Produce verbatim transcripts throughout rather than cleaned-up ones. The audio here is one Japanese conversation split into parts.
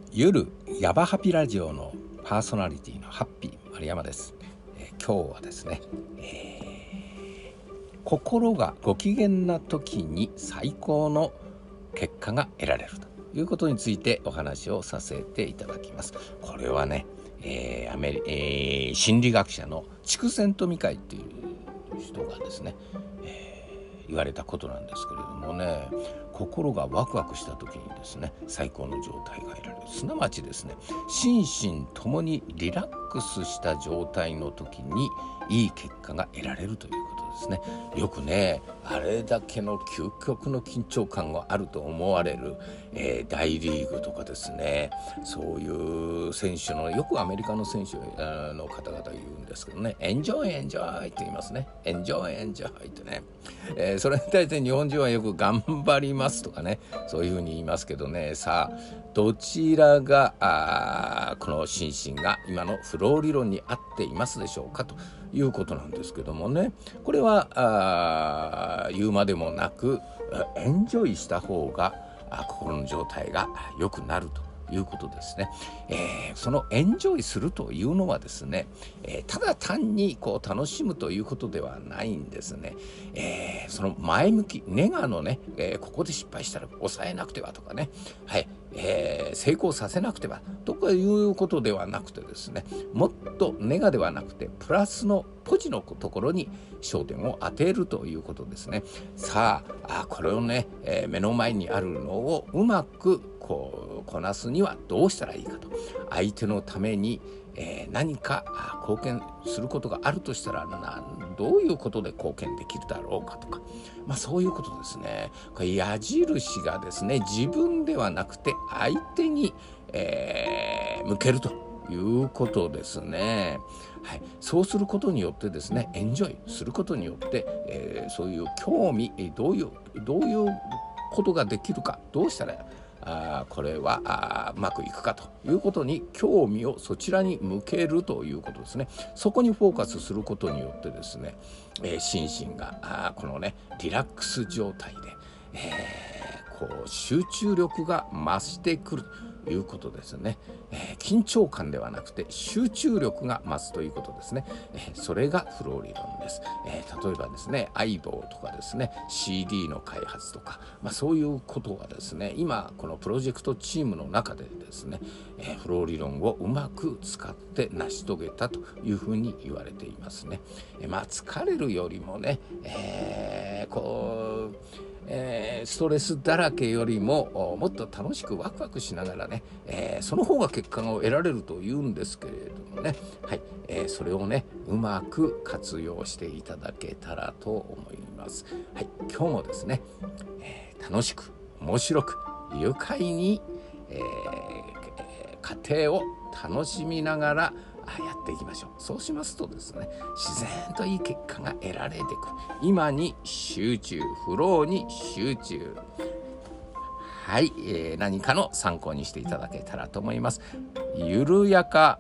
ゆるヤバハピラジオのパーソナリティのハッピー丸山です。えー、今日はですね、えー、心がご機嫌な時に最高の結果が得られるということについてお話をさせていただきます。これはね、えーアメリえー、心理学者の筑前富会っていう人がですね、えー、言われたことなんですけれどもね、心がワクワクした時にですね、最高の状態が得られる。すなわちですね、心身ともにリラックスした状態の時にいい結果が得られるということですね。よくね、あれだけの究極の緊張感があると思われる、えー、大リーグとかですね、そういう選手の、よくアメリカの選手の方々言うんですけどね、エンジョイエンジョイって言いますね。エンジョイエンジョイってね、えー、それに対して日本人はよく頑張りますとかね、そういうふうに言いますけどね、さあどちらがあこの心身が今のフロー理論に合っていますでしょうかということなんですけどもね、これはあ言うまでもなく、エンジョイした方が心の状態が良くなるということですね。えー、そのエンジョイするというのはですね、えー、ただ単にこう楽しむということではないんですね。えー、その前向き、ネガのね、えー、ここで失敗したら抑えなくてはとかね、はい、えー、成功させなくてはとかいうことではなくてですね、もっとネガではなくてプラスのポジのところに焦点を当てるということですね。さあ、あこれをね、えー、目の前にあるのをうまくこうこなすにはどうしたらいいかと、相手のために、えー、何か貢献することがあるとしたらなどういうことで貢献できるだろうかとか、まあそういうことですね。これ矢印がですね、自分ではなくて相手に、えー、向けるということですね。はい、そうすることによってですね、エンジョイすることによって、えー、そういう興味、どういうどういうことができるか、どうしたらあこれはあうまくいくかということに興味をそちらに向けるということですね。そこにフォーカスすることによってですね、えー、心身があこのねリラックス状態で、えー、こう集中力が増してくるということですね。えー、緊張感ではなくて集中力が増すということですね。えー、それがフロー理論です。えー、例えばですね、相棒とかですね、 シーディー の開発とか、まあ、そういうことはですね、今このプロジェクトチームの中でですね、えー、フロー理論をうまく使って成し遂げたというふうに言われていますね。えー、まあ疲れるよりもね、えー、こうえー、ストレスだらけよりももっと楽しくワクワクしながらね、えー、その方が結果が得られるというんですけれどもね、はい、えー、それをねうまく活用していただけたらと思います。はい、今日もですね、えー、楽しく面白く愉快に、えー、家庭を楽しみながらやっていきましょう。そうしますとですね、自然といい結果が得られてくる。今に集中、フローに集中。はい、えー、何かの参考にしていただけたらと思います。ゆるやか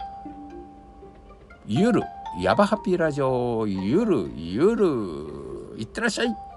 ゆるヤバハピラジオゆるゆるいってらっしゃい。